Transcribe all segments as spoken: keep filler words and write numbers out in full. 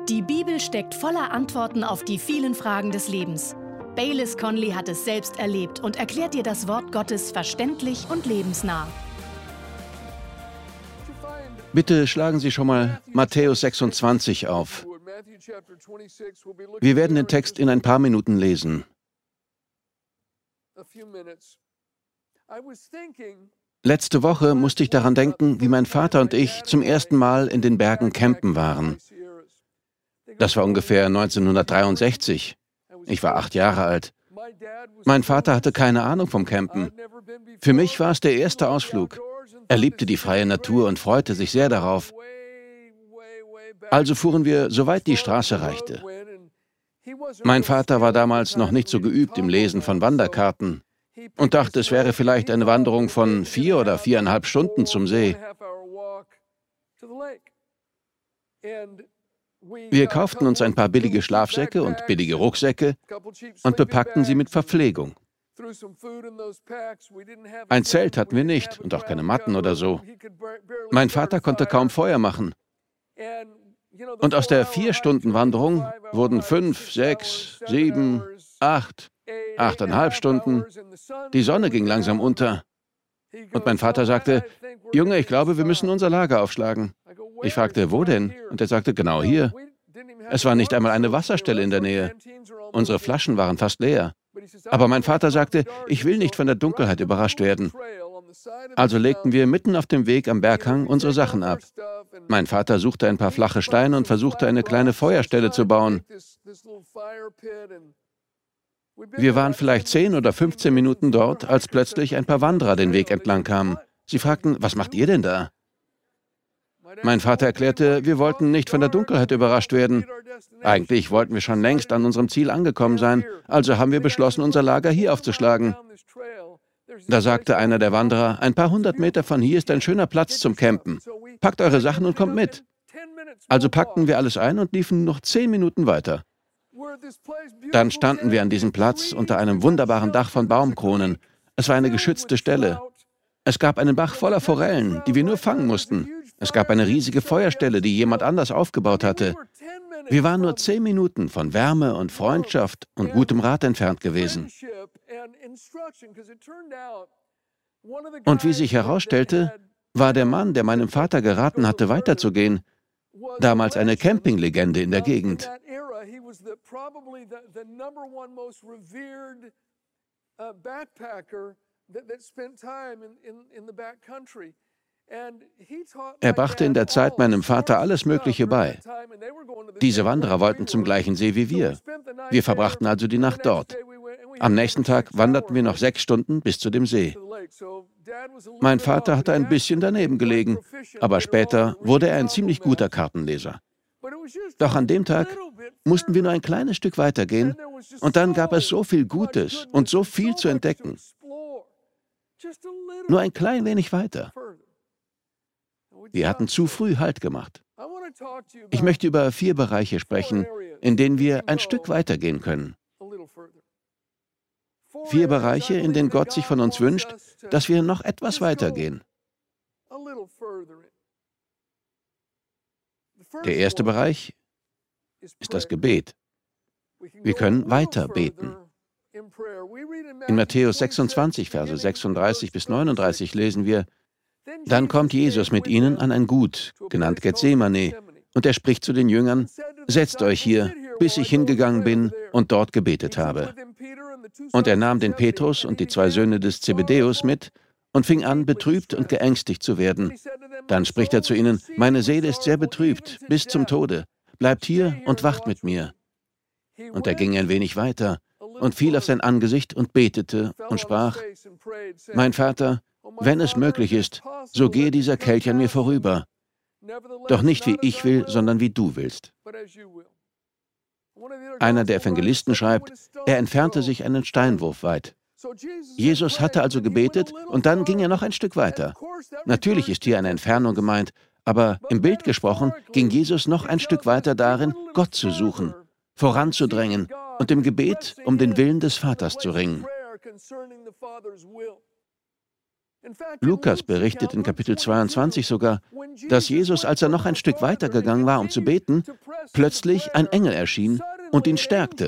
Die Bibel steckt voller Antworten auf die vielen Fragen des Lebens. Baylis Conley hat es selbst erlebt und erklärt dir das Wort Gottes verständlich und lebensnah. Bitte schlagen Sie schon mal Matthäus sechsundzwanzig auf. Wir werden den Text in ein paar Minuten lesen. Letzte Woche musste ich daran denken, wie mein Vater und ich zum ersten Mal in den Bergen campen waren. Das war ungefähr neunzehnhundertdreiundsechzig. Ich war acht Jahre alt. Mein Vater hatte keine Ahnung vom Campen. Für mich war es der erste Ausflug. Er liebte die freie Natur und freute sich sehr darauf. Also fuhren wir, soweit die Straße reichte. Mein Vater war damals noch nicht so geübt im Lesen von Wanderkarten und dachte, es wäre vielleicht eine Wanderung von vier oder viereinhalb Stunden zum See. Wir kauften uns ein paar billige Schlafsäcke und billige Rucksäcke und bepackten sie mit Verpflegung. Ein Zelt hatten wir nicht und auch keine Matten oder so. Mein Vater konnte kaum Feuer machen. Und aus der Vier-Stunden-Wanderung wurden fünf, sechs, sieben, acht, achteinhalb Stunden. Die Sonne ging langsam unter. Und mein Vater sagte, Junge, ich glaube, wir müssen unser Lager aufschlagen. Ich fragte, wo denn? Und er sagte, genau hier. Es war nicht einmal eine Wasserstelle in der Nähe. Unsere Flaschen waren fast leer. Aber mein Vater sagte, ich will nicht von der Dunkelheit überrascht werden. Also legten wir mitten auf dem Weg am Berghang unsere Sachen ab. Mein Vater suchte ein paar flache Steine und versuchte, eine kleine Feuerstelle zu bauen. Wir waren vielleicht zehn oder fünfzehn Minuten dort, als plötzlich ein paar Wanderer den Weg entlang kamen. Sie fragten, was macht ihr denn da? Mein Vater erklärte, wir wollten nicht von der Dunkelheit überrascht werden. Eigentlich wollten wir schon längst an unserem Ziel angekommen sein, also haben wir beschlossen, unser Lager hier aufzuschlagen. Da sagte einer der Wanderer, ein paar hundert Meter von hier ist ein schöner Platz zum Campen. Packt eure Sachen und kommt mit. Also packten wir alles ein und liefen noch zehn Minuten weiter. Dann standen wir an diesem Platz unter einem wunderbaren Dach von Baumkronen. Es war eine geschützte Stelle. Es gab einen Bach voller Forellen, die wir nur fangen mussten. Es gab eine riesige Feuerstelle, die jemand anders aufgebaut hatte. Wir waren nur zehn Minuten von Wärme und Freundschaft und gutem Rat entfernt gewesen. Und wie sich herausstellte, war der Mann, der meinem Vater geraten hatte, weiterzugehen, damals eine Campinglegende in der Gegend. Er brachte in der Zeit meinem Vater alles Mögliche bei. Diese Wanderer wollten zum gleichen See wie wir. Wir verbrachten also die Nacht dort. Am nächsten Tag wanderten wir noch sechs Stunden bis zu dem See. Mein Vater hatte ein bisschen daneben gelegen, aber später wurde er ein ziemlich guter Kartenleser. Doch an dem Tag mussten wir nur ein kleines Stück weitergehen und dann gab es so viel Gutes und so viel zu entdecken. Nur ein klein wenig weiter. Wir hatten zu früh Halt gemacht. Ich möchte über vier Bereiche sprechen, in denen wir ein Stück weitergehen können. Vier Bereiche, in denen Gott sich von uns wünscht, dass wir noch etwas weitergehen. Der erste Bereich ist das Gebet. Wir können weiter beten. In Matthäus sechsundzwanzig, Verse sechsunddreißig bis neununddreißig lesen wir, dann kommt Jesus mit ihnen an ein Gut, genannt Gethsemane, und er spricht zu den Jüngern, setzt euch hier, bis ich hingegangen bin und dort gebetet habe. Und er nahm den Petrus und die zwei Söhne des Zebedäus mit und fing an, betrübt und geängstigt zu werden. Dann spricht er zu ihnen, meine Seele ist sehr betrübt, bis zum Tode. Bleibt hier und wacht mit mir. Und er ging ein wenig weiter und fiel auf sein Angesicht und betete und sprach, mein Vater, wenn es möglich ist, so gehe dieser Kelch an mir vorüber. Doch nicht wie ich will, sondern wie du willst. Einer der Evangelisten schreibt, er entfernte sich einen Steinwurf weit. Jesus hatte also gebetet und dann ging er noch ein Stück weiter. Natürlich ist hier eine Entfernung gemeint, aber im Bild gesprochen ging Jesus noch ein Stück weiter darin, Gott zu suchen, voranzudrängen und im Gebet um den Willen des Vaters zu ringen. Lukas berichtet in Kapitel zweiundzwanzig sogar, dass Jesus, als er noch ein Stück weiter gegangen war, um zu beten, Plötzlich ein Engel erschien und ihn stärkte.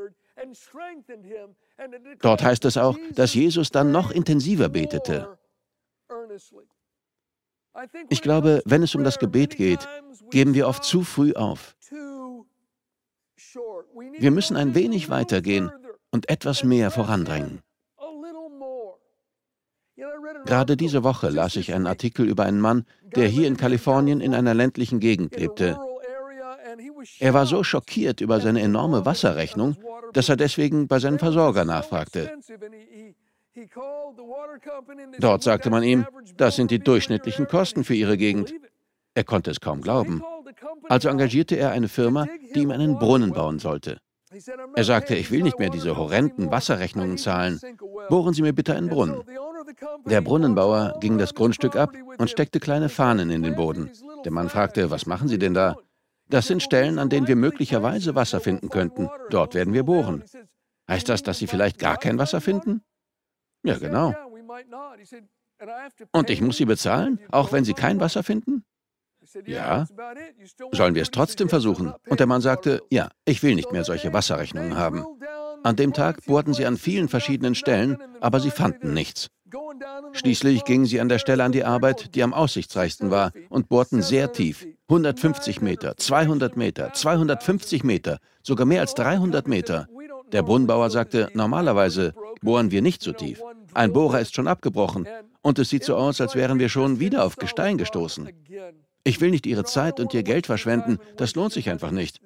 Dort heißt es auch, dass Jesus dann noch intensiver betete. Ich glaube, wenn es um das Gebet geht, geben wir oft zu früh auf. Wir müssen ein wenig weitergehen und etwas mehr vorandrängen. Gerade diese Woche las ich einen Artikel über einen Mann, der hier in Kalifornien in einer ländlichen Gegend lebte. Er war so schockiert über seine enorme Wasserrechnung, dass er deswegen bei seinem Versorger nachfragte. Dort sagte man ihm, das sind die durchschnittlichen Kosten für ihre Gegend. Er konnte es kaum glauben. Also engagierte er eine Firma, die ihm einen Brunnen bauen sollte. Er sagte, ich will nicht mehr diese horrenden Wasserrechnungen zahlen. Bohren Sie mir bitte einen Brunnen. Der Brunnenbauer ging das Grundstück ab und steckte kleine Fahnen in den Boden. Der Mann fragte, was machen Sie denn da? Das sind Stellen, an denen wir möglicherweise Wasser finden könnten. Dort werden wir bohren. Heißt das, dass Sie vielleicht gar kein Wasser finden? Ja, genau. Und ich muss Sie bezahlen, auch wenn Sie kein Wasser finden? Ja. Sollen wir es trotzdem versuchen? Und der Mann sagte, ja, ich will nicht mehr solche Wasserrechnungen haben. An dem Tag bohrten sie an vielen verschiedenen Stellen, aber sie fanden nichts. Schließlich gingen sie an der Stelle an die Arbeit, die am aussichtsreichsten war, und bohrten sehr tief. hundertfünfzig Meter, zweihundert Meter, zweihundertfünfzig Meter, sogar mehr als dreihundert Meter. Der Brunnenbauer sagte, normalerweise bohren wir nicht so tief. Ein Bohrer ist schon abgebrochen und es sieht so aus, als wären wir schon wieder auf Gestein gestoßen. Ich will nicht Ihre Zeit und Ihr Geld verschwenden, das lohnt sich einfach nicht.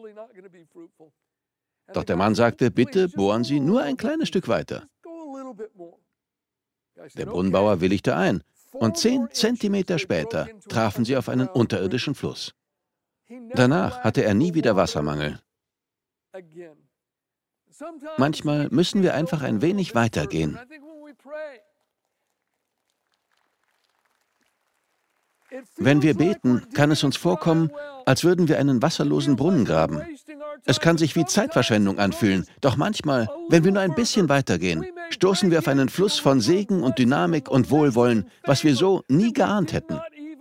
Doch der Mann sagte, bitte bohren Sie nur ein kleines Stück weiter. Der Brunnenbauer willigte ein und zehn Zentimeter später trafen sie auf einen unterirdischen Fluss. Danach hatte er nie wieder Wassermangel. Manchmal müssen wir einfach ein wenig weitergehen. Wenn wir beten, kann es uns vorkommen, als würden wir einen wasserlosen Brunnen graben. Es kann sich wie Zeitverschwendung anfühlen, doch manchmal, wenn wir nur ein bisschen weitergehen, stoßen wir auf einen Fluss von Segen und Dynamik und Wohlwollen, was wir so nie geahnt hätten.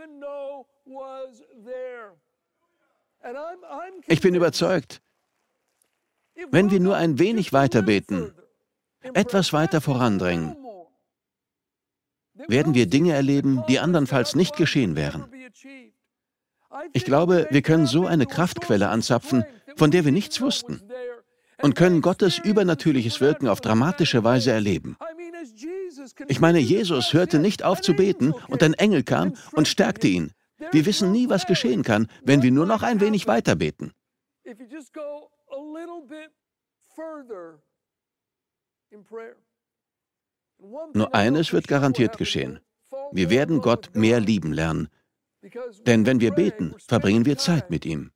Ich bin überzeugt, wenn wir nur ein wenig weiter beten, etwas weiter vorandrängen, werden wir Dinge erleben, die andernfalls nicht geschehen wären. Ich glaube, wir können so eine Kraftquelle anzapfen, von der wir nichts wussten, und können Gottes übernatürliches Wirken auf dramatische Weise erleben. Ich meine, Jesus hörte nicht auf zu beten und ein Engel kam und stärkte ihn. Wir wissen nie, was geschehen kann, wenn wir nur noch ein wenig weiter beten. Nur eines wird garantiert geschehen. Wir werden Gott mehr lieben lernen. Denn wenn wir beten, verbringen wir Zeit mit ihm.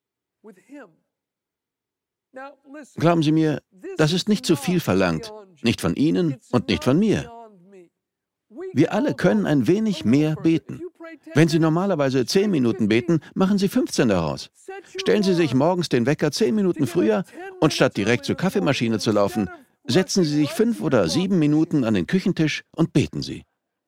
Glauben Sie mir, das ist nicht zu viel verlangt. Nicht von Ihnen und nicht von mir. Wir alle können ein wenig mehr beten. Wenn Sie normalerweise zehn Minuten beten, machen Sie fünfzehn daraus. Stellen Sie sich morgens den Wecker zehn Minuten früher und statt direkt zur Kaffeemaschine zu laufen, setzen Sie sich fünf oder sieben Minuten an den Küchentisch und beten Sie.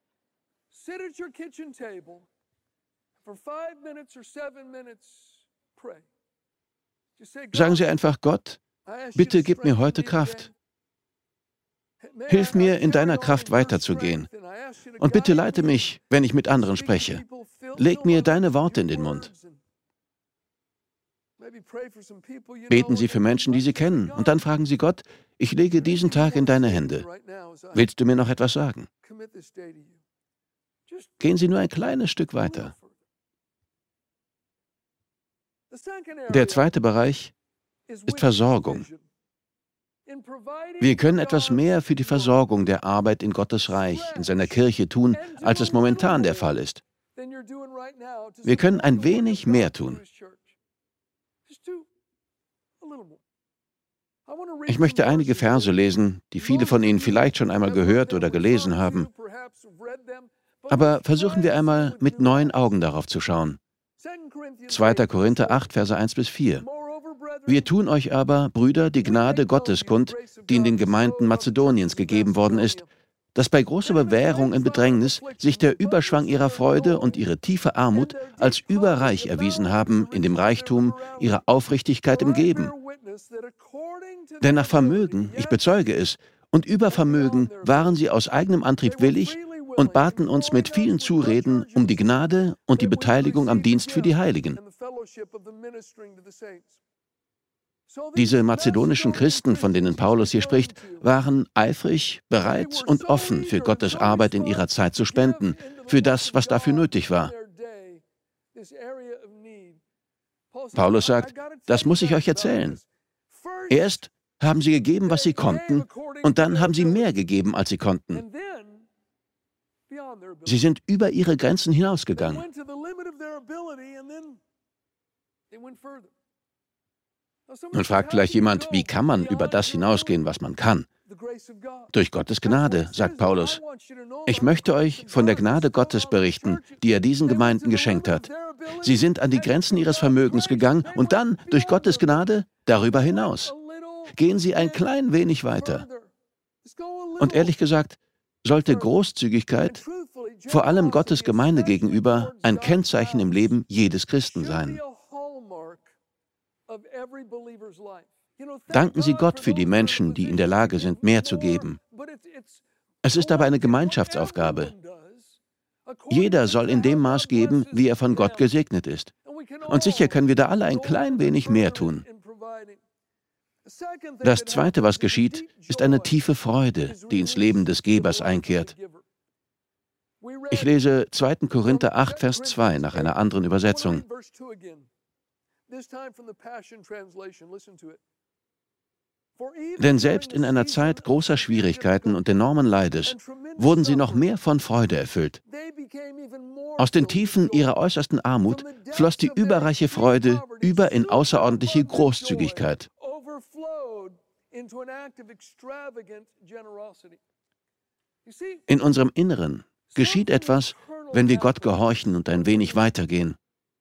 Sagen Sie einfach, Gott, bitte gib mir heute Kraft. Hilf mir, in deiner Kraft weiterzugehen. Und bitte leite mich, wenn ich mit anderen spreche. Leg mir deine Worte in den Mund. Beten Sie für Menschen, die Sie kennen, und dann fragen Sie Gott, ich lege diesen Tag in deine Hände. Willst du mir noch etwas sagen? Gehen Sie nur ein kleines Stück weiter. Der zweite Bereich ist Versorgung. Wir können etwas mehr für die Versorgung der Arbeit in Gottes Reich, in seiner Kirche tun, als es momentan der Fall ist. Wir können ein wenig mehr tun. Ich möchte einige Verse lesen, die viele von Ihnen vielleicht schon einmal gehört oder gelesen haben. Aber versuchen wir einmal mit neuen Augen darauf zu schauen. zweiter Korinther acht, Verse eins bis vier. Wir tun euch aber, Brüder, die Gnade Gottes kund, die in den Gemeinden Mazedoniens gegeben worden ist, dass bei großer Bewährung und Bedrängnis sich der Überschwang ihrer Freude und ihre tiefe Armut als überreich erwiesen haben in dem Reichtum ihrer Aufrichtigkeit im Geben. Denn nach Vermögen, ich bezeuge es, und über Vermögen waren sie aus eigenem Antrieb willig und baten uns mit vielen Zureden um die Gnade und die Beteiligung am Dienst für die Heiligen. Diese mazedonischen Christen, von denen Paulus hier spricht, waren eifrig, bereit und offen für Gottes Arbeit in ihrer Zeit zu spenden, für das, was dafür nötig war. Paulus sagt, das muss ich euch erzählen. Erst haben sie gegeben, was sie konnten, und dann haben sie mehr gegeben, als sie konnten. Sie sind über ihre Grenzen hinausgegangen. Nun fragt vielleicht jemand, wie kann man über das hinausgehen, was man kann? Durch Gottes Gnade, sagt Paulus. Ich möchte euch von der Gnade Gottes berichten, die er diesen Gemeinden geschenkt hat. Sie sind an die Grenzen ihres Vermögens gegangen und dann, durch Gottes Gnade, darüber hinaus. Gehen Sie ein klein wenig weiter. Und ehrlich gesagt, sollte Großzügigkeit, vor allem Gottes Gemeinde gegenüber, ein Kennzeichen im Leben jedes Christen sein. Danken Sie Gott für die Menschen, die in der Lage sind, mehr zu geben. Es ist aber eine Gemeinschaftsaufgabe. Jeder soll in dem Maß geben, wie er von Gott gesegnet ist. Und sicher können wir da alle ein klein wenig mehr tun. Das Zweite, was geschieht, ist eine tiefe Freude, die ins Leben des Gebers einkehrt. Ich lese zweiter Korinther acht, Vers zwei nach einer anderen Übersetzung. Denn selbst in einer Zeit großer Schwierigkeiten und enormen Leides wurden sie noch mehr von Freude erfüllt. Aus den Tiefen ihrer äußersten Armut floss die überreiche Freude über in außerordentliche Großzügigkeit. In unserem Inneren geschieht etwas, wenn wir Gott gehorchen und ein wenig weitergehen.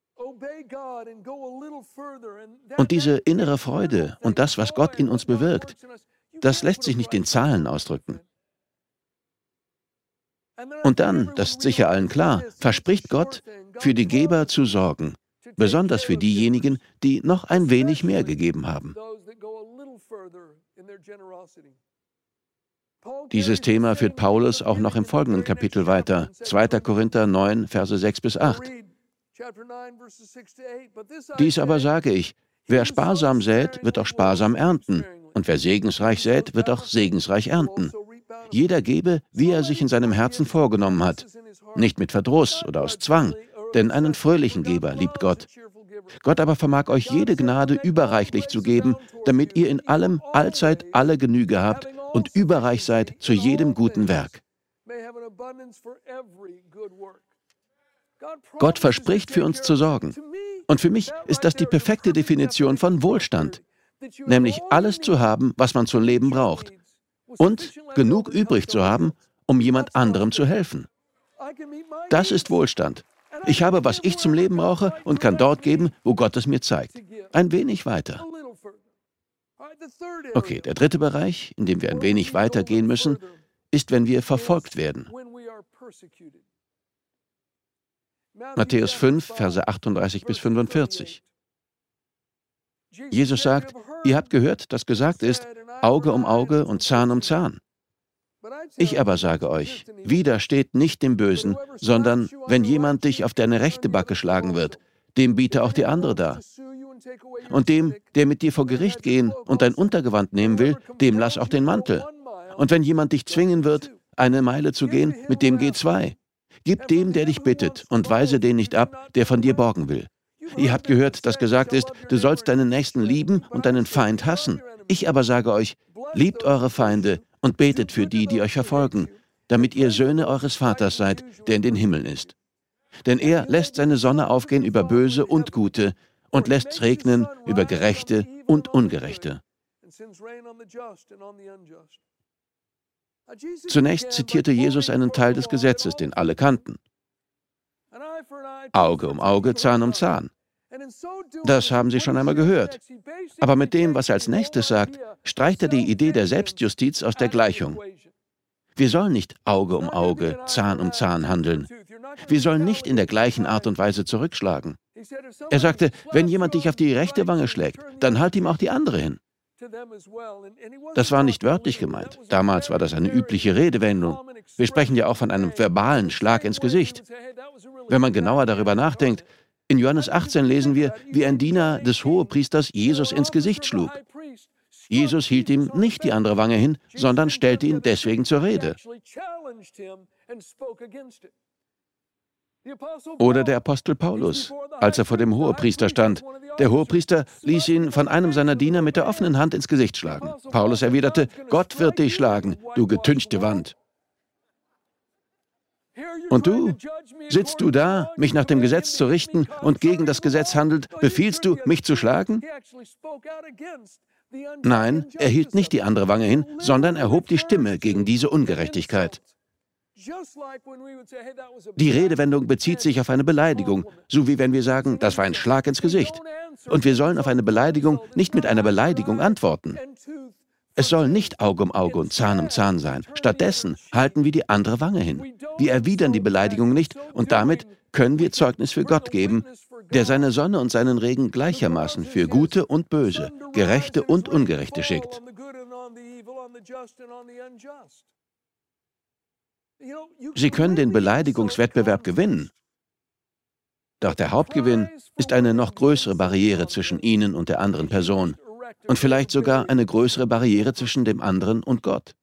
Und diese innere Freude und das, was Gott in uns bewirkt, das lässt sich nicht in Zahlen ausdrücken. Und dann, das ist sicher allen klar, verspricht Gott, für die Geber zu sorgen, besonders für diejenigen, die noch ein wenig mehr gegeben haben. Dieses Thema führt Paulus auch noch im folgenden Kapitel weiter, zweiter Korinther neun, Verse sechs bis acht. Dies aber sage ich, wer sparsam sät, wird auch sparsam ernten, und wer segensreich sät, wird auch segensreich ernten. Jeder gebe, wie er sich in seinem Herzen vorgenommen hat, nicht mit Verdruss oder aus Zwang, denn einen fröhlichen Geber liebt Gott. Gott aber vermag euch jede Gnade überreichlich zu geben, damit ihr in allem allzeit alle Genüge habt und überreich seid zu jedem guten Werk. Gott verspricht, für uns zu sorgen. Und für mich ist das die perfekte Definition von Wohlstand, nämlich alles zu haben, was man zum Leben braucht, und genug übrig zu haben, um jemand anderem zu helfen. Das ist Wohlstand. Ich habe, was ich zum Leben brauche, und kann dort geben, wo Gott es mir zeigt. Ein wenig weiter. Okay, der dritte Bereich, in dem wir ein wenig weitergehen müssen, ist, wenn wir verfolgt werden. Matthäus fünf, Verse achtunddreißig bis fünfundvierzig. Jesus sagt, ihr habt gehört, dass gesagt ist, Auge um Auge und Zahn um Zahn. Ich aber sage euch, widersteht nicht dem Bösen, sondern wenn jemand dich auf deine rechte Backe schlagen wird, dem biete auch die andere dar. Und dem, der mit dir vor Gericht gehen und dein Untergewand nehmen will, dem lass auch den Mantel. Und wenn jemand dich zwingen wird, eine Meile zu gehen, mit dem geh zwei. Gib dem, der dich bittet, und weise den nicht ab, der von dir borgen will. Ihr habt gehört, dass gesagt ist, du sollst deinen Nächsten lieben und deinen Feind hassen. Ich aber sage euch, liebt eure Feinde und betet für die, die euch verfolgen, damit ihr Söhne eures Vaters seid, der in den Himmeln ist. Denn er lässt seine Sonne aufgehen über Böse und Gute und lässt regnen über Gerechte und Ungerechte. Zunächst zitierte Jesus einen Teil des Gesetzes, den alle kannten. Auge um Auge, Zahn um Zahn. Das haben Sie schon einmal gehört. Aber mit dem, was er als nächstes sagt, streicht er die Idee der Selbstjustiz aus der Gleichung. Wir sollen nicht Auge um Auge, Zahn um Zahn handeln. Wir sollen nicht in der gleichen Art und Weise zurückschlagen. Er sagte, wenn jemand dich auf die rechte Wange schlägt, dann halt ihm auch die andere hin. Das war nicht wörtlich gemeint. Damals war das eine übliche Redewendung. Wir sprechen ja auch von einem verbalen Schlag ins Gesicht. Wenn man genauer darüber nachdenkt, in Johannes achtzehn lesen wir, wie ein Diener des Hohepriesters Jesus ins Gesicht schlug. Jesus hielt ihm nicht die andere Wange hin, sondern stellte ihn deswegen zur Rede. Oder der Apostel Paulus, als er vor dem Hohepriester stand. Der Hohepriester ließ ihn von einem seiner Diener mit der offenen Hand ins Gesicht schlagen. Paulus erwiderte, Gott wird dich schlagen, du getünchte Wand. Und du? Sitzt du da, mich nach dem Gesetz zu richten und gegen das Gesetz handelt, befiehlst du, mich zu schlagen? Nein, er hielt nicht die andere Wange hin, sondern erhob die Stimme gegen diese Ungerechtigkeit. Die Redewendung bezieht sich auf eine Beleidigung, so wie wenn wir sagen, das war ein Schlag ins Gesicht. Und wir sollen auf eine Beleidigung nicht mit einer Beleidigung antworten. Es soll nicht Auge um Auge und Zahn um Zahn sein. Stattdessen halten wir die andere Wange hin. Wir erwidern die Beleidigung nicht und damit können wir Zeugnis für Gott geben, der seine Sonne und seinen Regen gleichermaßen für Gute und Böse, Gerechte und Ungerechte schickt. Sie können den Beleidigungswettbewerb gewinnen. Doch der Hauptgewinn ist eine noch größere Barriere zwischen Ihnen und der anderen Person. Und vielleicht sogar eine größere Barriere zwischen dem anderen und Gott.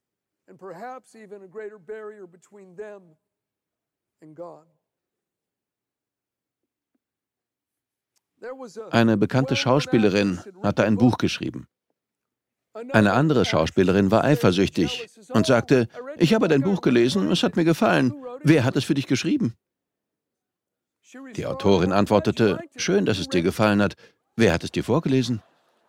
Eine bekannte Schauspielerin hatte ein Buch geschrieben. Eine andere Schauspielerin war eifersüchtig und sagte, ich habe dein Buch gelesen, es hat mir gefallen. Wer hat es für dich geschrieben? Die Autorin antwortete, schön, dass es dir gefallen hat. Wer hat es dir vorgelesen?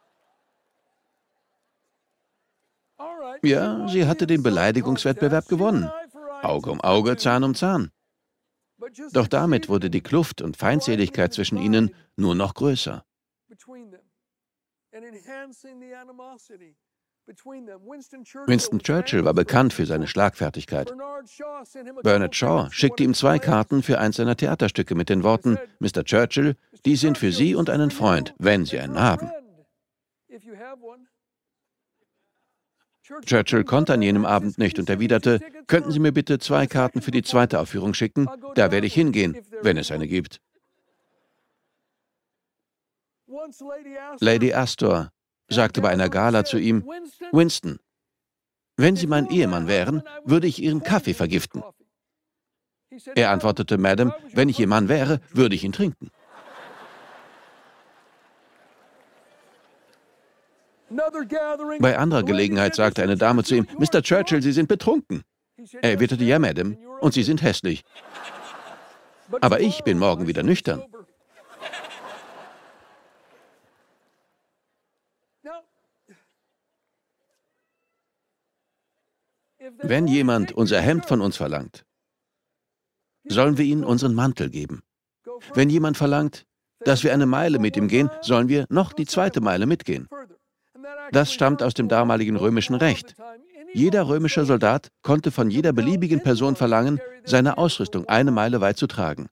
Ja, sie hatte den Beleidigungswettbewerb gewonnen. Auge um Auge, Zahn um Zahn. Doch damit wurde die Kluft und Feindseligkeit zwischen ihnen nur noch größer. Winston Churchill war bekannt für seine Schlagfertigkeit. Bernard Shaw schickte ihm zwei Karten für eins seiner Theaterstücke mit den Worten, Mister Churchill, die sind für Sie und einen Freund, wenn Sie einen haben. Churchill konnte an jenem Abend nicht und erwiderte, könnten Sie mir bitte zwei Karten für die zweite Aufführung schicken? Da werde ich hingehen, wenn es eine gibt. Lady Astor sagte bei einer Gala zu ihm, Winston, wenn Sie mein Ehemann wären, würde ich Ihren Kaffee vergiften. Er antwortete, Madame, wenn ich Ihr Mann wäre, würde ich ihn trinken. Bei anderer Gelegenheit sagte eine Dame zu ihm, Mister Churchill, Sie sind betrunken. Er erwiderte, ja, Madame, und Sie sind hässlich. Aber ich bin morgen wieder nüchtern. Wenn jemand unser Hemd von uns verlangt, sollen wir ihm unseren Mantel geben. Wenn jemand verlangt, dass wir eine Meile mit ihm gehen, sollen wir noch die zweite Meile mitgehen. Das stammt aus dem damaligen römischen Recht. Jeder römische Soldat konnte von jeder beliebigen Person verlangen, seine Ausrüstung eine Meile weit zu tragen.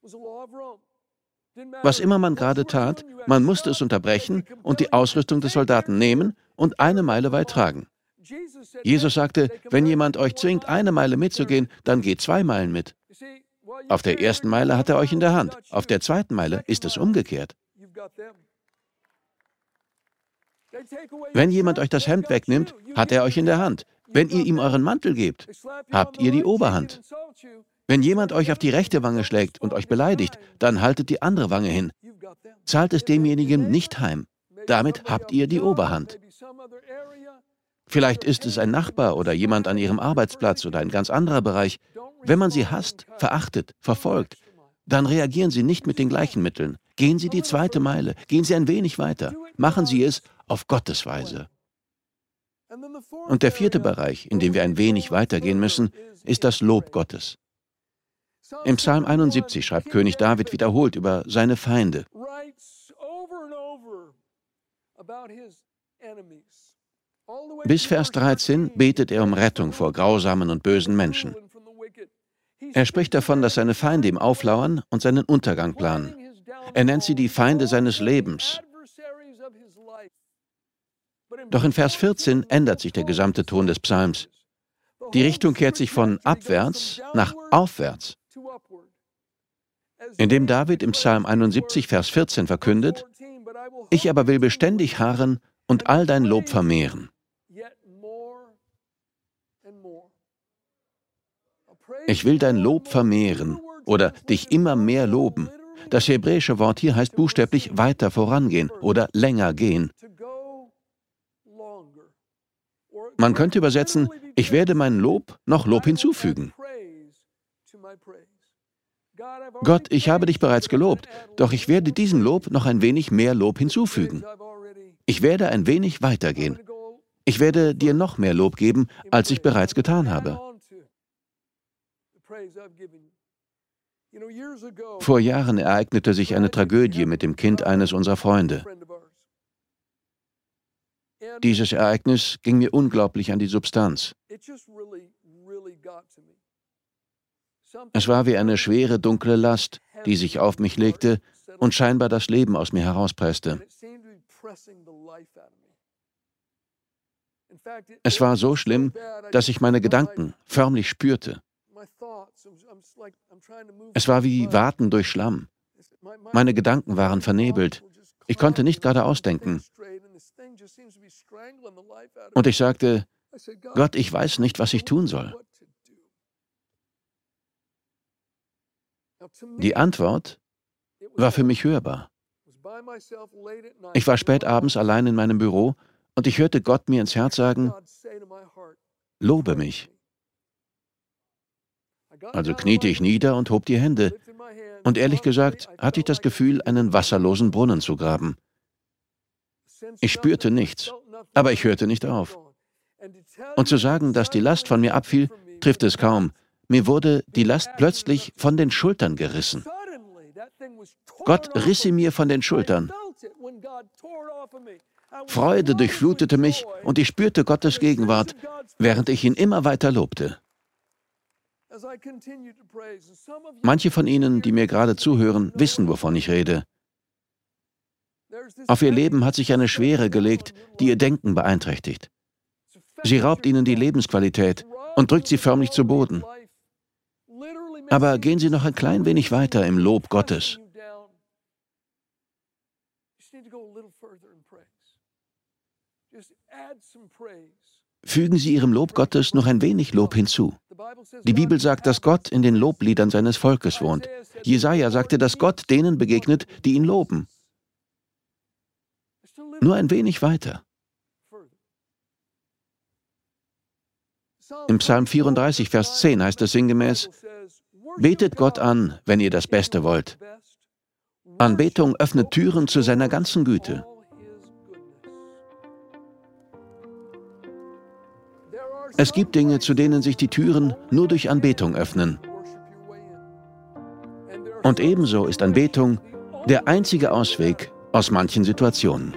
Was immer man gerade tat, man musste es unterbrechen und die Ausrüstung des Soldaten nehmen und eine Meile weit tragen. Jesus sagte, wenn jemand euch zwingt, eine Meile mitzugehen, dann geht zwei Meilen mit. Auf der ersten Meile hat er euch in der Hand, auf der zweiten Meile ist es umgekehrt. Wenn jemand euch das Hemd wegnimmt, hat er euch in der Hand. Wenn ihr ihm euren Mantel gebt, habt ihr die Oberhand. Wenn jemand euch auf die rechte Wange schlägt und euch beleidigt, dann haltet die andere Wange hin. Zahlt es demjenigen nicht heim. Damit habt ihr die Oberhand. Vielleicht ist es ein Nachbar oder jemand an ihrem Arbeitsplatz oder ein ganz anderer Bereich. Wenn man sie hasst, verachtet, verfolgt, dann reagieren Sie nicht mit den gleichen Mitteln. Gehen Sie die zweite Meile, gehen Sie ein wenig weiter. Machen Sie es auf Gottes Weise. Und der vierte Bereich, in dem wir ein wenig weitergehen müssen, ist das Lob Gottes. Im Psalm einundsiebzig schreibt König David wiederholt über seine Feinde. Bis Vers dreizehn betet er um Rettung vor grausamen und bösen Menschen. Er spricht davon, dass seine Feinde ihm auflauern und seinen Untergang planen. Er nennt sie die Feinde seines Lebens. Doch in Vers vierzehn ändert sich der gesamte Ton des Psalms. Die Richtung kehrt sich von abwärts nach aufwärts. Indem David im Psalm einundsiebzig, Vers vierzehn verkündet: Ich aber will beständig harren und all dein Lob vermehren. Ich will dein Lob vermehren oder dich immer mehr loben. Das hebräische Wort hier heißt buchstäblich weiter vorangehen oder länger gehen. Man könnte übersetzen: Ich werde mein Lob noch Lob hinzufügen. Gott, ich habe dich bereits gelobt, doch ich werde diesem Lob noch ein wenig mehr Lob hinzufügen. Ich werde ein wenig weitergehen. Ich werde dir noch mehr Lob geben, als ich bereits getan habe. Vor Jahren ereignete sich eine Tragödie mit dem Kind eines unserer Freunde. Dieses Ereignis ging mir unglaublich an die Substanz. Es war wie eine schwere, dunkle Last, die sich auf mich legte und scheinbar das Leben aus mir herauspresste. Es war so schlimm, dass ich meine Gedanken förmlich spürte. Es war wie Waten durch Schlamm. Meine Gedanken waren vernebelt. Ich konnte nicht geradeaus denken. Und ich sagte: Gott, ich weiß nicht, was ich tun soll. Die Antwort war für mich hörbar. Ich war spät abends allein in meinem Büro und ich hörte Gott mir ins Herz sagen: Lobe mich. Also kniete ich nieder und hob die Hände. Und ehrlich gesagt hatte ich das Gefühl, einen wasserlosen Brunnen zu graben. Ich spürte nichts, aber ich hörte nicht auf. Und zu sagen, dass die Last von mir abfiel, trifft es kaum. Mir wurde die Last plötzlich von den Schultern gerissen. Gott riss sie mir von den Schultern. Freude durchflutete mich und ich spürte Gottes Gegenwart, während ich ihn immer weiter lobte. Manche von Ihnen, die mir gerade zuhören, wissen, wovon ich rede. Auf Ihr Leben hat sich eine Schwere gelegt, die Ihr Denken beeinträchtigt. Sie raubt Ihnen die Lebensqualität und drückt Sie förmlich zu Boden. Aber gehen Sie noch ein klein wenig weiter im Lob Gottes. Fügen Sie Ihrem Lob Gottes noch ein wenig Lob hinzu. Die Bibel sagt, dass Gott in den Lobliedern seines Volkes wohnt. Jesaja sagte, dass Gott denen begegnet, die ihn loben. Nur ein wenig weiter. Im Psalm vierunddreißig, Vers zehn heißt es sinngemäß: Betet Gott an, wenn ihr das Beste wollt. Anbetung öffnet Türen zu seiner ganzen Güte. Es gibt Dinge, zu denen sich die Türen nur durch Anbetung öffnen. Und ebenso ist Anbetung der einzige Ausweg aus manchen Situationen.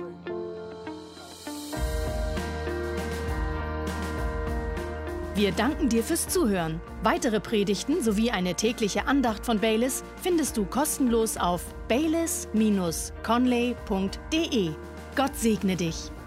Wir danken dir fürs Zuhören. Weitere Predigten sowie eine tägliche Andacht von Baylis findest du kostenlos auf baylis Bindestrich conley punkt de. Gott segne dich.